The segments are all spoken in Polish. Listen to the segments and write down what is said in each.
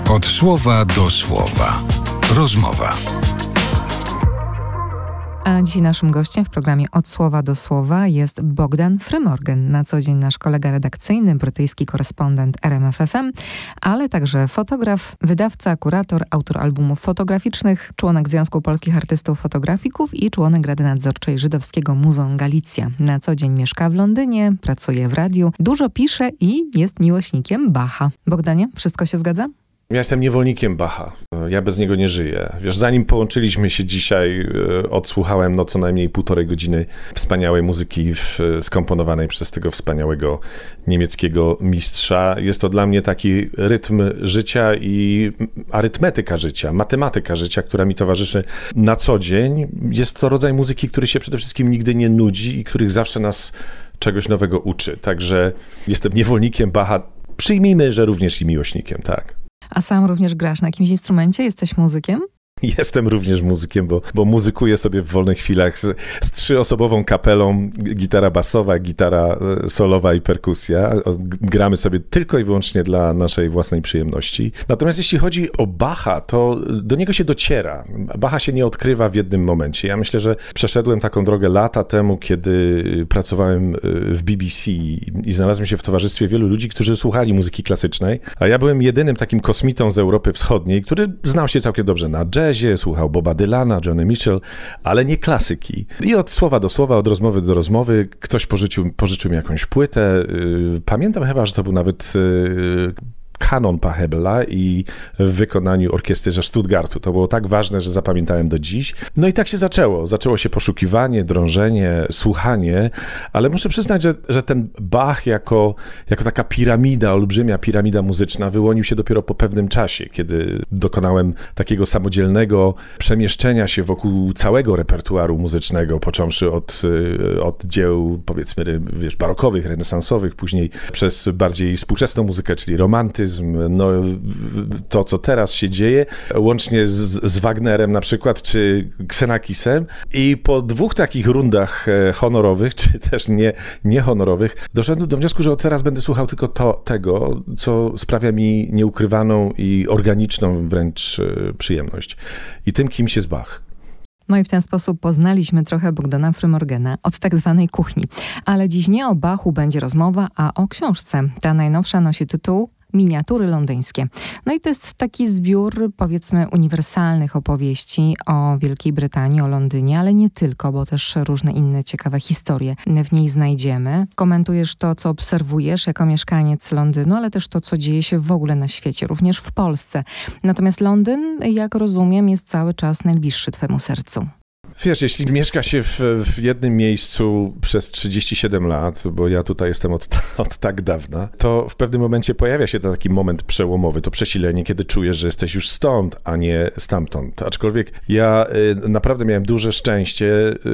Od słowa do słowa. Rozmowa. A dzisiaj naszym gościem w programie Od słowa do słowa jest Bogdan Frymorgan, na co dzień nasz kolega redakcyjny, brytyjski korespondent RMF FM, ale także fotograf, wydawca, kurator, autor albumów fotograficznych, członek Związku Polskich Artystów Fotografików i członek Rady Nadzorczej Żydowskiego Muzeum Galicja. Na co dzień mieszka w Londynie, pracuje w radiu, dużo pisze i jest miłośnikiem Bacha. Bogdanie, wszystko się zgadza? Ja jestem niewolnikiem Bacha. Ja bez niego nie żyję. Wiesz, zanim połączyliśmy się dzisiaj, odsłuchałem co najmniej 1,5 godziny wspaniałej muzyki skomponowanej przez tego wspaniałego niemieckiego mistrza. Jest to dla mnie taki rytm życia i arytmetyka życia, matematyka życia, która mi towarzyszy na co dzień. Jest to rodzaj muzyki, który się przede wszystkim nigdy nie nudzi i których zawsze nas czegoś nowego uczy. Także jestem niewolnikiem Bacha. Przyjmijmy, że również i miłośnikiem, tak. A sam również grasz na jakimś instrumencie? Jesteś muzykiem? Jestem również muzykiem, bo muzykuję sobie w wolnych chwilach z 3-osobową kapelą, gitara basowa, gitara solowa i perkusja. Gramy sobie tylko i wyłącznie dla naszej własnej przyjemności. Natomiast jeśli chodzi o Bacha, to do niego się dociera. Bacha się nie odkrywa w jednym momencie. Ja myślę, że przeszedłem taką drogę lata temu, kiedy pracowałem w BBC i znalazłem się w towarzystwie wielu ludzi, którzy słuchali muzyki klasycznej, a ja byłem jedynym takim kosmitą z Europy Wschodniej, który znał się całkiem dobrze na jazzie, słuchał Boba Dylana, Johnny Mitchell, ale nie klasyki. I od słowa do słowa, od rozmowy do rozmowy ktoś pożyczył mi jakąś płytę. Pamiętam chyba, że to był nawet kanon Pachelbela i w wykonaniu orkiestrze Stuttgartu. To było tak ważne, że zapamiętałem do dziś. No i tak się zaczęło. Zaczęło się poszukiwanie, drążenie, słuchanie, ale muszę przyznać, że ten Bach jako taka piramida, olbrzymia piramida muzyczna wyłonił się dopiero po pewnym czasie, kiedy dokonałem takiego samodzielnego przemieszczenia się wokół całego repertuaru muzycznego, począwszy od dzieł, powiedzmy, barokowych, renesansowych, później przez bardziej współczesną muzykę, czyli romantyzm, to, co teraz się dzieje, łącznie z Wagnerem na przykład, czy Xenakisem. I po 2 takich rundach honorowych, czy też niehonorowych, doszedłem do wniosku, że od teraz będę słuchał tylko tego, co sprawia mi nieukrywaną i organiczną wręcz przyjemność. I tym kimś jest Bach. No i w ten sposób poznaliśmy trochę Bogdana Frymorgana od tak zwanej kuchni. Ale dziś nie o Bachu będzie rozmowa, a o książce. Ta najnowsza nosi tytuł Miniatury londyńskie. No i to jest taki zbiór, powiedzmy, uniwersalnych opowieści o Wielkiej Brytanii, o Londynie, ale nie tylko, bo też różne inne ciekawe historie w niej znajdziemy. Komentujesz to, co obserwujesz jako mieszkaniec Londynu, ale też to, co dzieje się w ogóle na świecie, również w Polsce. Natomiast Londyn, jak rozumiem, jest cały czas najbliższy twemu sercu. Wiesz, jeśli mieszka się w jednym miejscu przez 37 lat, bo ja tutaj jestem od tak dawna, to w pewnym momencie pojawia się taki moment przełomowy, to przesilenie, kiedy czujesz, że jesteś już stąd, a nie stamtąd. Aczkolwiek ja naprawdę miałem duże szczęście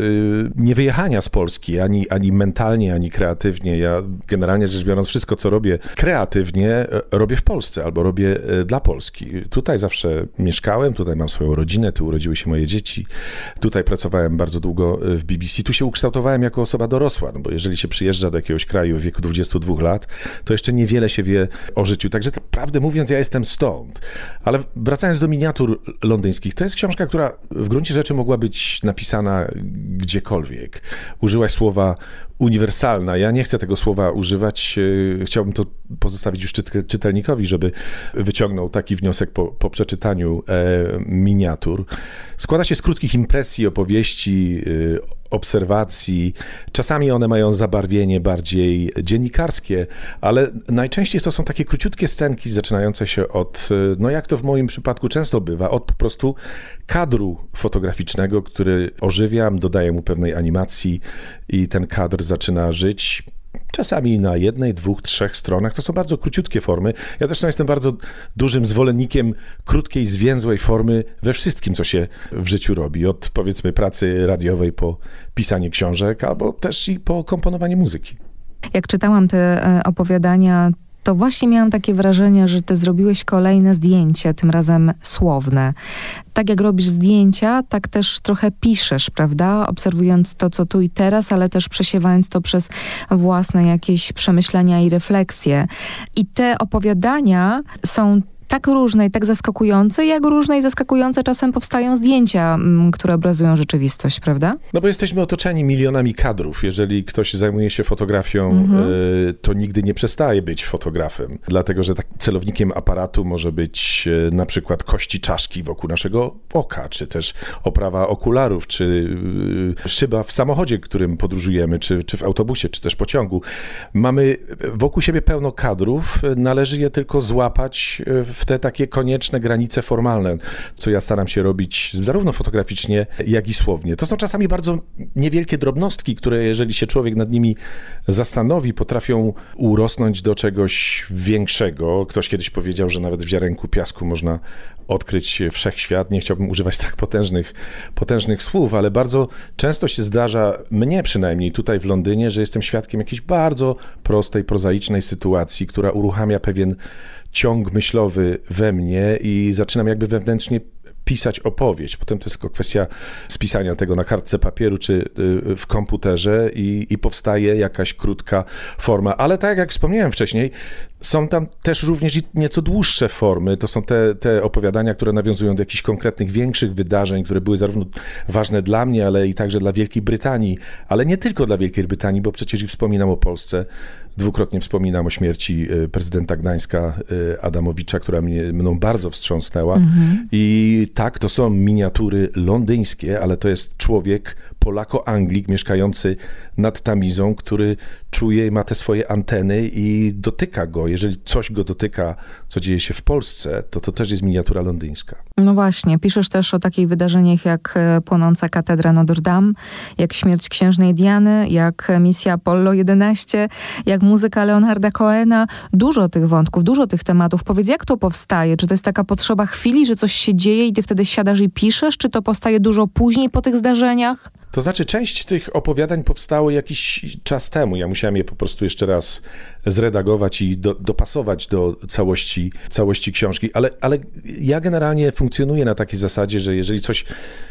nie wyjechania z Polski, ani mentalnie, ani kreatywnie. Ja generalnie rzecz biorąc wszystko, co robię kreatywnie, robię w Polsce albo robię dla Polski. Tutaj zawsze mieszkałem, tutaj mam swoją rodzinę, tu urodziły się moje dzieci, tutaj pracowałem bardzo długo w BBC. Tu się ukształtowałem jako osoba dorosła, bo jeżeli się przyjeżdża do jakiegoś kraju w wieku 22 lat, to jeszcze niewiele się wie o życiu. Także prawdę mówiąc, ja jestem stąd. Ale wracając do miniatur londyńskich, to jest książka, która w gruncie rzeczy mogła być napisana gdziekolwiek. Użyłaś słowa uniwersalna. Ja nie chcę tego słowa używać. Chciałbym to pozostawić już czytelnikowi, żeby wyciągnął taki wniosek po przeczytaniu miniatur. Składa się z krótkich impresji, opowieści, obserwacji. Czasami one mają zabarwienie bardziej dziennikarskie, ale najczęściej to są takie króciutkie scenki zaczynające się od, jak to w moim przypadku często bywa, od po prostu kadru fotograficznego, który ożywiam, dodaję mu pewnej animacji i ten kadr zaczyna żyć. Czasami na 1, 2, 3 stronach. To są bardzo króciutkie formy. Ja zresztą jestem bardzo dużym zwolennikiem krótkiej, zwięzłej formy we wszystkim, co się w życiu robi. Od, powiedzmy, pracy radiowej po pisanie książek, albo też i po komponowanie muzyki. Jak czytałam te opowiadania, to właśnie miałam takie wrażenie, że ty zrobiłeś kolejne zdjęcie, tym razem słowne. Tak jak robisz zdjęcia, tak też trochę piszesz, prawda? Obserwując to, co tu i teraz, ale też przesiewając to przez własne jakieś przemyślenia i refleksje. I te opowiadania są tak różne i tak zaskakujące, jak różne i zaskakujące czasem powstają zdjęcia, które obrazują rzeczywistość, prawda? No bo jesteśmy otoczeni milionami kadrów. Jeżeli ktoś zajmuje się fotografią, to nigdy nie przestaje być fotografem. Dlatego, że tak celownikiem aparatu może być na przykład kości czaszki wokół naszego oka, czy też oprawa okularów, czy szyba w samochodzie, którym podróżujemy, czy w autobusie, czy też pociągu. Mamy wokół siebie pełno kadrów, należy je tylko złapać w te takie konieczne granice formalne, co ja staram się robić zarówno fotograficznie, jak i słownie. To są czasami bardzo niewielkie drobnostki, które jeżeli się człowiek nad nimi zastanowi, potrafią urosnąć do czegoś większego. Ktoś kiedyś powiedział, że nawet w ziarenku piasku można odkryć wszechświat. Nie chciałbym używać tak potężnych słów, ale bardzo często się zdarza, mnie przynajmniej tutaj w Londynie, że jestem świadkiem jakiejś bardzo prostej, prozaicznej sytuacji, która uruchamia pewien ciąg myślowy we mnie i zaczynam jakby wewnętrznie pisać opowieść. Potem to jest tylko kwestia spisania tego na kartce papieru czy w komputerze i powstaje jakaś krótka forma. Ale tak jak wspomniałem wcześniej, są tam też również nieco dłuższe formy. To są te opowiadania, które nawiązują do jakichś konkretnych, większych wydarzeń, które były zarówno ważne dla mnie, ale i także dla Wielkiej Brytanii. Ale nie tylko dla Wielkiej Brytanii, bo przecież i wspominam o Polsce. Dwukrotnie wspominam o śmierci prezydenta Gdańska Adamowicza, która mną bardzo wstrząsnęła. I tak, to są miniatury londyńskie, ale to jest człowiek, Polako-Anglik, mieszkający nad Tamizą, który czuje i ma te swoje anteny i dotyka go. Jeżeli coś go dotyka, co dzieje się w Polsce, to też jest miniatura londyńska. No właśnie, piszesz też o takich wydarzeniach jak płonąca katedra Notre Dame, jak śmierć księżnej Diany, jak misja Apollo 11, jak muzyka Leonarda Cohena. Dużo tych wątków, dużo tych tematów. Powiedz, jak to powstaje? Czy to jest taka potrzeba chwili, że coś się dzieje i ty wtedy siadasz i piszesz? Czy to powstaje dużo później po tych zdarzeniach? To znaczy, część tych opowiadań powstało jakiś czas temu. Ja musiałem je po prostu jeszcze raz zredagować i dopasować do całości książki, ale ja generalnie funkcjonuję na takiej zasadzie, że jeżeli coś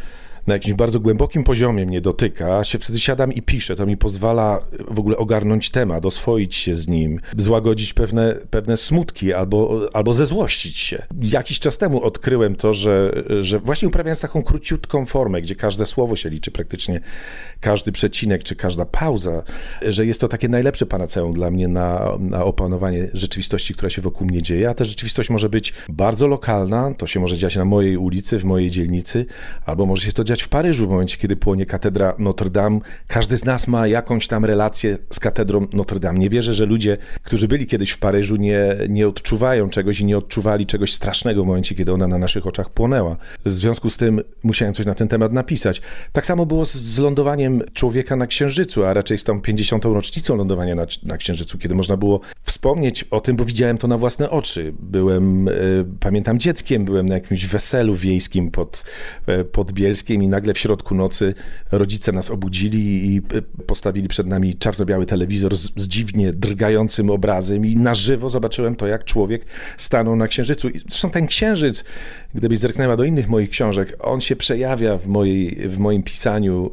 na jakimś bardzo głębokim poziomie mnie dotyka, wtedy siadam i piszę. To mi pozwala w ogóle ogarnąć temat, oswoić się z nim, złagodzić pewne smutki albo zezłościć się. Jakiś czas temu odkryłem to, że właśnie uprawiając taką króciutką formę, gdzie każde słowo się liczy, praktycznie każdy przecinek czy każda pauza, że jest to takie najlepsze panaceum dla mnie na opanowanie rzeczywistości, która się wokół mnie dzieje. A ta rzeczywistość może być bardzo lokalna, to się może dziać na mojej ulicy, w mojej dzielnicy, albo może się to dziać w Paryżu, w momencie, kiedy płonie katedra Notre Dame. Każdy z nas ma jakąś tam relację z katedrą Notre Dame. Nie wierzę, że ludzie, którzy byli kiedyś w Paryżu, nie odczuwają czegoś i nie odczuwali czegoś strasznego w momencie, kiedy ona na naszych oczach płonęła. W związku z tym musiałem coś na ten temat napisać. Tak samo było z lądowaniem człowieka na Księżycu, a raczej z tą 50. rocznicą lądowania na Księżycu, kiedy można było wspomnieć o tym, bo widziałem to na własne oczy. Pamiętam, dzieckiem, byłem na jakimś weselu wiejskim pod Bielskiem i nagle w środku nocy rodzice nas obudzili i postawili przed nami czarno-biały telewizor z dziwnie drgającym obrazem i na żywo zobaczyłem to, jak człowiek stanął na Księżycu. I zresztą ten Księżyc, gdybyś zerknęła do innych moich książek, on się przejawia w moim pisaniu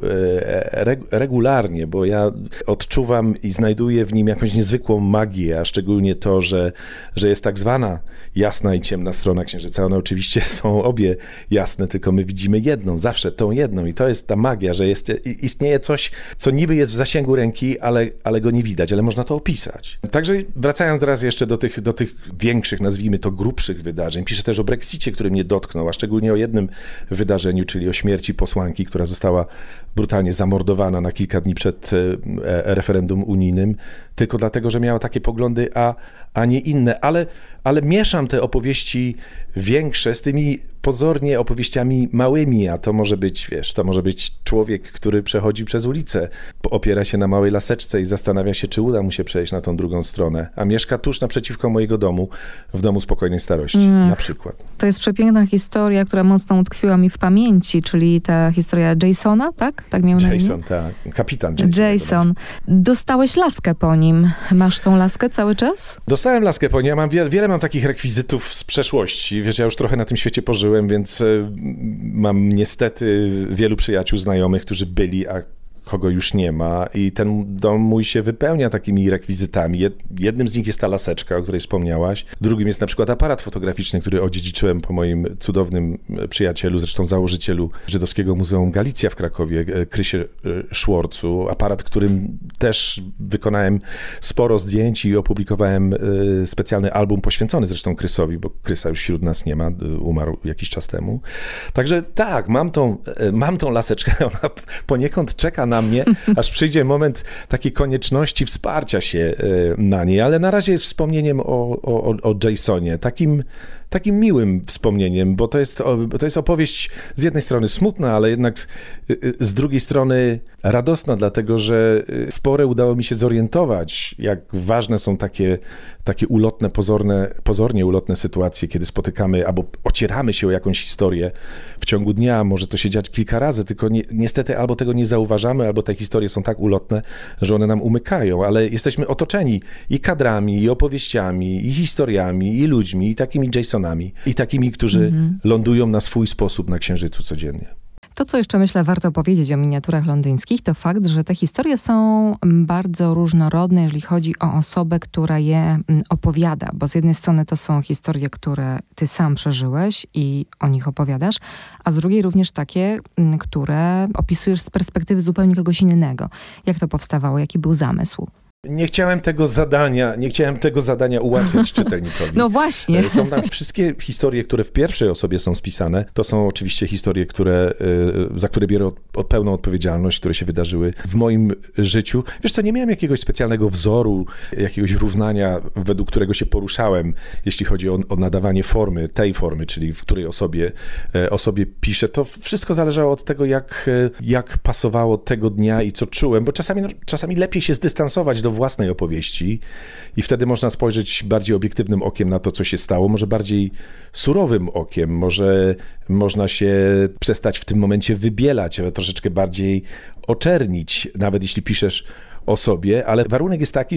regularnie, bo ja odczuwam i znajduję w nim jakąś niezwykłą magię, a szczególnie to, że jest tak zwana jasna i ciemna strona Księżyca. One oczywiście są obie jasne, tylko my widzimy jedną, zawsze tą jedną i to jest ta magia, że istnieje coś, co niby jest w zasięgu ręki, ale go nie widać, ale można to opisać. Także wracając teraz jeszcze do tych większych, nazwijmy to grubszych wydarzeń, piszę też o Brexicie, który mnie dotknął, a szczególnie o jednym wydarzeniu, czyli o śmierci posłanki, która została brutalnie zamordowana na kilka dni przed referendum unijnym, tylko dlatego, że miała takie poglądy, a nie inne, ale mieszam te opowieści większe z tymi pozornie opowieściami małymi, a to może być, to może być człowiek, który przechodzi przez ulicę, opiera się na małej laseczce i zastanawia się, czy uda mu się przejść na tą drugą stronę, a mieszka tuż naprzeciwko mojego domu, w domu spokojnej starości, na przykład. To jest przepiękna historia, która mocno utkwiła mi w pamięci, czyli ta historia Jasona, tak? Tak miał na imię? Jason, tak. Kapitan Jason. Dostałeś laskę po nim. Masz tą laskę cały czas? Dostałem laskę po nim. Ja mam wiele mam takich rekwizytów z przeszłości. Wiesz, ja już trochę na tym świecie pożyłem, więc mam niestety wielu przyjaciół, znajomych, którzy byli, a kogo już nie ma i ten dom mój się wypełnia takimi rekwizytami. Jednym z nich jest ta laseczka, o której wspomniałaś. Drugim jest na przykład aparat fotograficzny, który odziedziczyłem po moim cudownym przyjacielu, zresztą założycielu Żydowskiego Muzeum Galicja w Krakowie, Krysie Szworcu. Aparat, którym też wykonałem sporo zdjęć i opublikowałem specjalny album poświęcony zresztą Krysowi, bo Krysa już wśród nas nie ma, umarł jakiś czas temu. Także tak, mam tą laseczkę, ona poniekąd czeka na mnie, aż przyjdzie moment takiej konieczności wsparcia się na niej, ale na razie jest wspomnieniem o Jasonie, takim miłym wspomnieniem, bo to jest opowieść z jednej strony smutna, ale jednak z drugiej strony radosna, dlatego że w porę udało mi się zorientować, jak ważne są takie ulotne, pozornie ulotne sytuacje, kiedy spotykamy albo ocieramy się o jakąś historię w ciągu dnia. Może to się dziać kilka razy, tylko niestety albo tego nie zauważamy, albo te historie są tak ulotne, że one nam umykają, ale jesteśmy otoczeni i kadrami, i opowieściami, i historiami, i ludźmi, i takimi Jasonami, i takimi, którzy lądują na swój sposób na Księżycu codziennie. To, co jeszcze myślę warto powiedzieć o miniaturach londyńskich, to fakt, że te historie są bardzo różnorodne, jeżeli chodzi o osobę, która je opowiada, bo z jednej strony to są historie, które ty sam przeżyłeś i o nich opowiadasz, a z drugiej również takie, które opisujesz z perspektywy zupełnie kogoś innego. Jak to powstawało? Jaki był zamysł? Nie chciałem tego zadania ułatwiać czytelnikowi. No właśnie. Są tam wszystkie historie, które w pierwszej osobie są spisane. To są oczywiście historie, za które biorę pełną odpowiedzialność, które się wydarzyły w moim życiu. Wiesz co, nie miałem jakiegoś specjalnego wzoru, jakiegoś równania, według którego się poruszałem, jeśli chodzi o nadawanie tej formy, czyli w której osobie piszę. To wszystko zależało od tego, jak pasowało tego dnia i co czułem, bo czasami lepiej się zdystansować do własnej opowieści i wtedy można spojrzeć bardziej obiektywnym okiem na to, co się stało, może bardziej surowym okiem, może można się przestać w tym momencie wybielać, ale troszeczkę bardziej oczernić, nawet jeśli piszesz o sobie, ale warunek jest taki,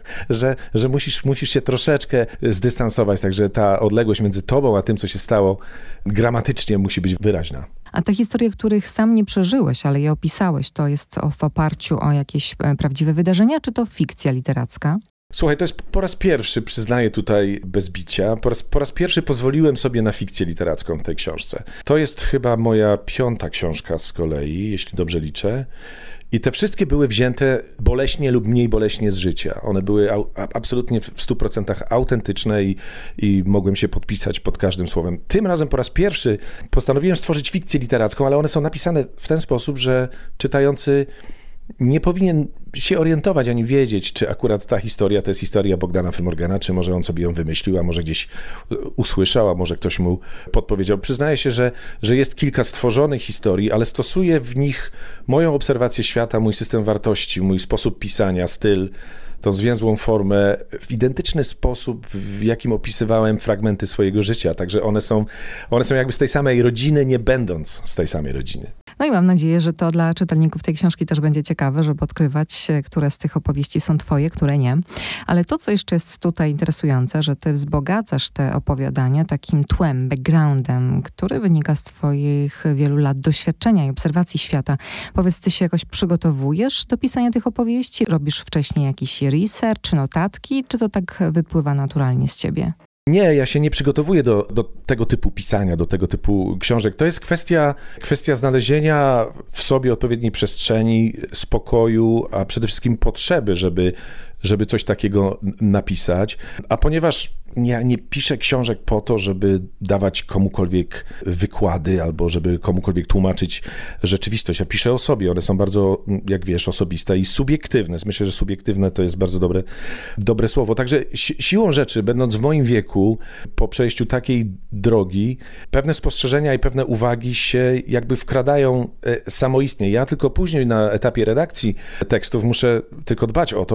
że musisz się troszeczkę zdystansować, także ta odległość między tobą a tym, co się stało, gramatycznie musi być wyraźna. A te historie, których sam nie przeżyłeś, ale je opisałeś, to jest w oparciu o jakieś prawdziwe wydarzenia, czy to fikcja literacka? Słuchaj, to jest po raz pierwszy, przyznaję tutaj bez bicia, po raz pierwszy pozwoliłem sobie na fikcję literacką w tej książce. To jest chyba moja 5. książka z kolei, jeśli dobrze liczę. I te wszystkie były wzięte boleśnie lub mniej boleśnie z życia. One były absolutnie w 100% autentyczne i mogłem się podpisać pod każdym słowem. Tym razem po raz pierwszy postanowiłem stworzyć fikcję literacką, ale one są napisane w ten sposób, że czytający nie powinien się orientować ani wiedzieć, czy akurat ta historia to jest historia Bogdana Frymorgana, czy może on sobie ją wymyślił, a może gdzieś usłyszał, a może ktoś mu podpowiedział. Przyznaję się, że jest kilka stworzonych historii, ale stosuję w nich moją obserwację świata, mój system wartości, mój sposób pisania, styl, tą zwięzłą formę w identyczny sposób, w jakim opisywałem fragmenty swojego życia. Także one są jakby z tej samej rodziny, nie będąc z tej samej rodziny. No i mam nadzieję, że to dla czytelników tej książki też będzie ciekawe, żeby odkrywać, które z tych opowieści są twoje, które nie. Ale to, co jeszcze jest tutaj interesujące, że ty wzbogacasz te opowiadania takim tłem, backgroundem, który wynika z twoich wielu lat doświadczenia i obserwacji świata. Powiedz, ty się jakoś przygotowujesz do pisania tych opowieści? Robisz wcześniej jakiś research, notatki, czy to tak wypływa naturalnie z ciebie? Nie, ja się nie przygotowuję do tego typu pisania, do tego typu książek. To jest kwestia znalezienia w sobie odpowiedniej przestrzeni, spokoju, a przede wszystkim potrzeby, żeby coś takiego napisać. A ponieważ ja nie piszę książek po to, żeby dawać komukolwiek wykłady albo żeby komukolwiek tłumaczyć rzeczywistość. Ja piszę o sobie. One są bardzo, jak wiesz, osobiste i subiektywne. Myślę, że subiektywne to jest bardzo dobre słowo. Także siłą rzeczy, będąc w moim wieku, po przejściu takiej drogi, pewne spostrzeżenia i pewne uwagi się jakby wkradają samoistnie. Ja tylko później na etapie redakcji tekstów muszę tylko dbać o to, żeby one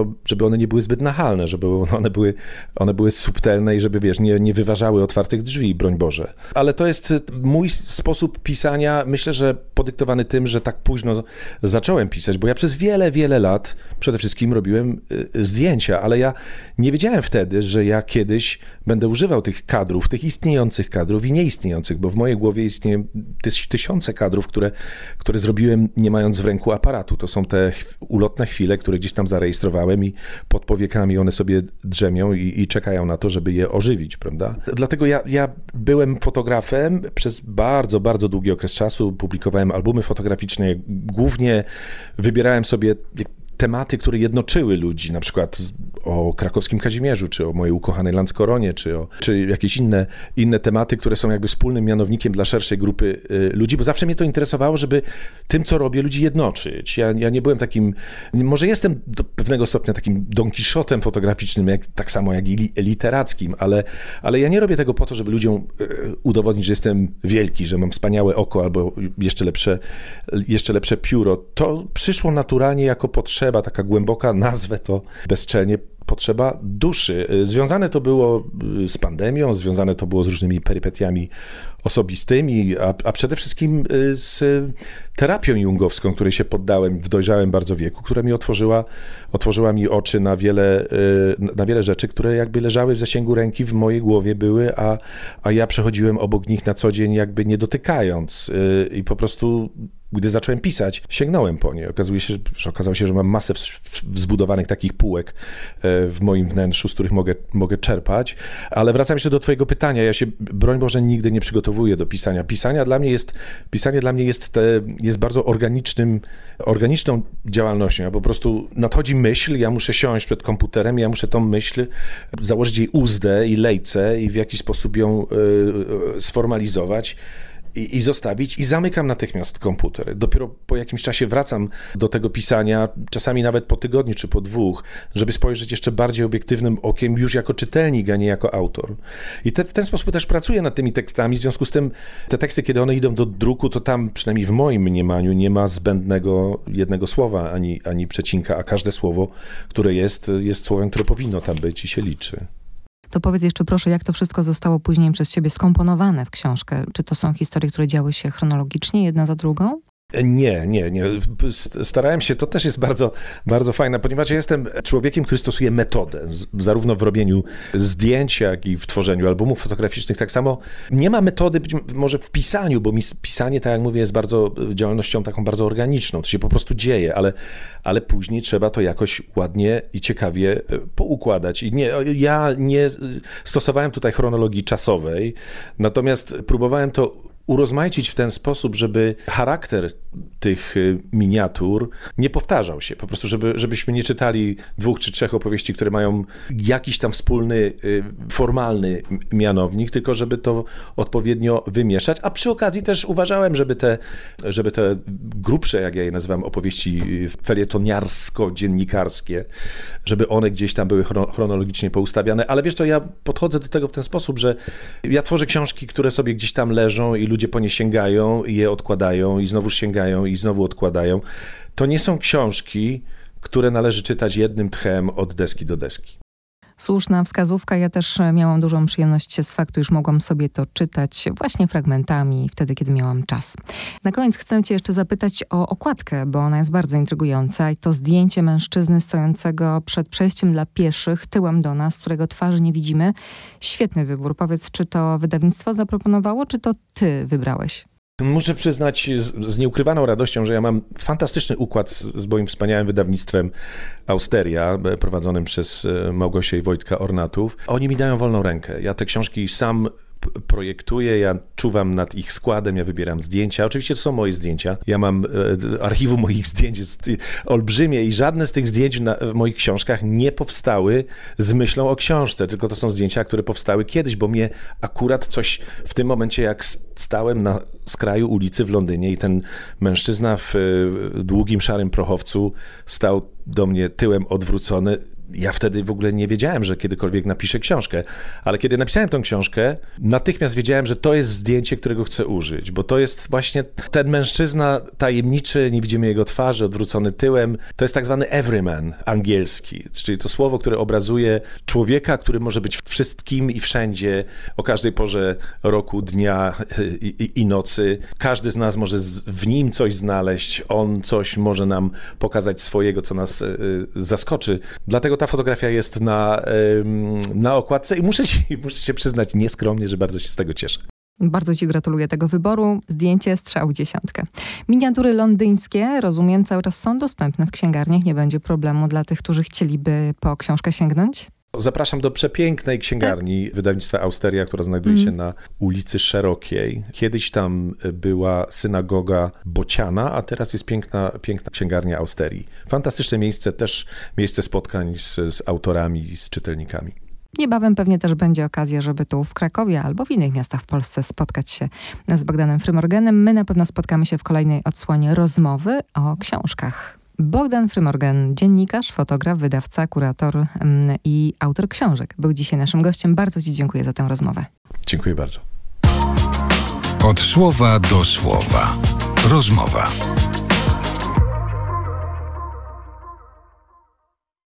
one nie były zbyt nachalne, żeby one były subtelne i żeby, wiesz, nie wyważały otwartych drzwi, broń Boże. Ale to jest mój sposób pisania, myślę, że podyktowany tym, że tak późno zacząłem pisać, bo ja przez wiele, wiele lat przede wszystkim robiłem zdjęcia, ale ja nie wiedziałem wtedy, że ja kiedyś będę używał tych kadrów, tych istniejących kadrów i nieistniejących, bo w mojej głowie istnieją tysiące kadrów, które zrobiłem nie mając w ręku aparatu. To są te ulotne chwile, które gdzieś tam zarejestrowałem i pod powiekami one sobie drzemią i czekają na to, żeby je ożywić, prawda? Dlatego ja byłem fotografem przez bardzo, bardzo długi okres czasu, publikowałem albumy fotograficzne, głównie wybierałem sobie tematy, które jednoczyły ludzi, na przykład o krakowskim Kazimierzu, czy o mojej ukochanej Landskoronie, czy jakieś inne tematy, które są jakby wspólnym mianownikiem dla szerszej grupy ludzi, bo zawsze mnie to interesowało, żeby tym, co robię, ludzi jednoczyć. Ja nie byłem takim, może jestem do pewnego stopnia takim Don Quixotem fotograficznym, tak samo jak i literackim, ale ja nie robię tego po to, żeby ludziom udowodnić, że jestem wielki, że mam wspaniałe oko albo jeszcze lepsze pióro. To przyszło naturalnie jako potrzeba, taka głęboka, nazwę to bezczelnie, potrzeba duszy. Związane to było z pandemią, związane to było z różnymi perypetiami osobistymi, a przede wszystkim z terapią jungowską, której się poddałem w dojrzałym bardzo wieku, która mi otworzyła mi oczy na wiele rzeczy, które jakby leżały w zasięgu ręki, w mojej głowie były, a ja przechodziłem obok nich na co dzień jakby nie dotykając i po prostu gdy zacząłem pisać, sięgnąłem po nie. Okazało się, że mam masę zbudowanych takich półek w moim wnętrzu, z których mogę czerpać. Ale wracam jeszcze do twojego pytania. Ja się, broń Boże, nigdy nie przygotowuję do pisania. Pisanie dla mnie jest bardzo organiczną działalnością. Ja po prostu nadchodzi myśl, ja muszę siąść przed komputerem, ja muszę tą myśl założyć jej uzdę i lejce i w jakiś sposób ją sformalizować i zostawić i zamykam natychmiast komputer. Dopiero po jakimś czasie wracam do tego pisania, czasami nawet po tygodniu czy po 2, żeby spojrzeć jeszcze bardziej obiektywnym okiem już jako czytelnik, a nie jako autor. I w ten sposób też pracuję nad tymi tekstami, w związku z tym te teksty, kiedy one idą do druku, to tam przynajmniej w moim mniemaniu nie ma zbędnego jednego słowa, ani przecinka, a każde słowo, które jest słowem, które powinno tam być i się liczy. To powiedz jeszcze proszę, jak to wszystko zostało później przez ciebie skomponowane w książkę? Czy to są historie, które działy się chronologicznie, jedna za drugą? Nie. Starałem się, to też jest bardzo, bardzo fajne, ponieważ ja jestem człowiekiem, który stosuje metodę, zarówno w robieniu zdjęć, jak i w tworzeniu albumów fotograficznych. Tak samo nie ma metody być może w pisaniu, bo pisanie, tak jak mówię, jest bardzo działalnością taką bardzo organiczną. To się po prostu dzieje, ale później trzeba to jakoś ładnie i ciekawie poukładać. I ja nie stosowałem tutaj chronologii czasowej, natomiast próbowałem to urozmaicić w ten sposób, żeby charakter tych miniatur nie powtarzał się. Po prostu, żebyśmy nie czytali 2 czy 3 opowieści, które mają jakiś tam wspólny, formalny mianownik, tylko żeby to odpowiednio wymieszać. A przy okazji też uważałem, żeby te grubsze, jak ja je nazywam, opowieści felietoniarsko-dziennikarskie, żeby one gdzieś tam były chronologicznie poustawiane. Ale wiesz co, ja podchodzę do tego w ten sposób, że ja tworzę książki, które sobie gdzieś tam leżą i ludzie po nie sięgają i je odkładają i znowu sięgają i znowu odkładają. To nie są książki, które należy czytać jednym tchem od deski do deski. Słuszna wskazówka. Ja też miałam dużą przyjemność z faktu, iż mogłam sobie to czytać właśnie fragmentami wtedy, kiedy miałam czas. Na koniec chcę cię jeszcze zapytać o okładkę, bo ona jest bardzo intrygująca i to zdjęcie mężczyzny stojącego przed przejściem dla pieszych tyłem do nas, którego twarzy nie widzimy. Świetny wybór. Powiedz, czy to wydawnictwo zaproponowało, czy to ty wybrałeś? Muszę przyznać z nieukrywaną radością, że ja mam fantastyczny układ z moim wspaniałym wydawnictwem Austeria, prowadzonym przez Małgosię i Wojtka Ornatów. Oni mi dają wolną rękę. Ja te książki sam projektuję, ja czuwam nad ich składem, ja wybieram zdjęcia. Oczywiście to są moje zdjęcia. Ja mam archiwum moich zdjęć jest olbrzymie i żadne z tych zdjęć w moich książkach nie powstały z myślą o książce, tylko to są zdjęcia, które powstały kiedyś, bo mnie akurat coś w tym momencie, jak stałem na skraju ulicy w Londynie i ten mężczyzna w długim, szarym prochowcu stał do mnie tyłem odwrócony, Ja wtedy w ogóle nie wiedziałem, że kiedykolwiek napiszę książkę, ale kiedy napisałem tę książkę, natychmiast wiedziałem, że to jest zdjęcie, którego chcę użyć, bo to jest właśnie ten mężczyzna tajemniczy, nie widzimy jego twarzy, odwrócony tyłem. To jest tak zwany everyman angielski, czyli to słowo, które obrazuje człowieka, który może być wszystkim i wszędzie, o każdej porze roku, dnia i nocy. Każdy z nas może w nim coś znaleźć, on coś może nam pokazać swojego, co nas zaskoczy. Dlatego ta fotografia jest na okładce i muszę się przyznać nieskromnie, że bardzo się z tego cieszę. Bardzo ci gratuluję tego wyboru. Zdjęcie strzał w dziesiątkę. Miniatury londyńskie, rozumiem, cały czas są dostępne w księgarniach. Nie będzie problemu dla tych, którzy chcieliby po książkę sięgnąć? Zapraszam do przepięknej księgarni wydawnictwa Austeria, która znajduje się na ulicy Szerokiej. Kiedyś tam była synagoga Bociana, a teraz jest piękna księgarnia Austerii. Fantastyczne miejsce, też miejsce spotkań z autorami, z czytelnikami. Niebawem pewnie też będzie okazja, żeby tu w Krakowie albo w innych miastach w Polsce spotkać się z Bogdanem Frymorganem. My na pewno spotkamy się w kolejnej odsłonie rozmowy o książkach. Bogdan Frymorgan, dziennikarz, fotograf, wydawca, kurator i autor książek, był dzisiaj naszym gościem. Bardzo ci dziękuję za tę rozmowę. Dziękuję bardzo. Od słowa do słowa. Rozmowa.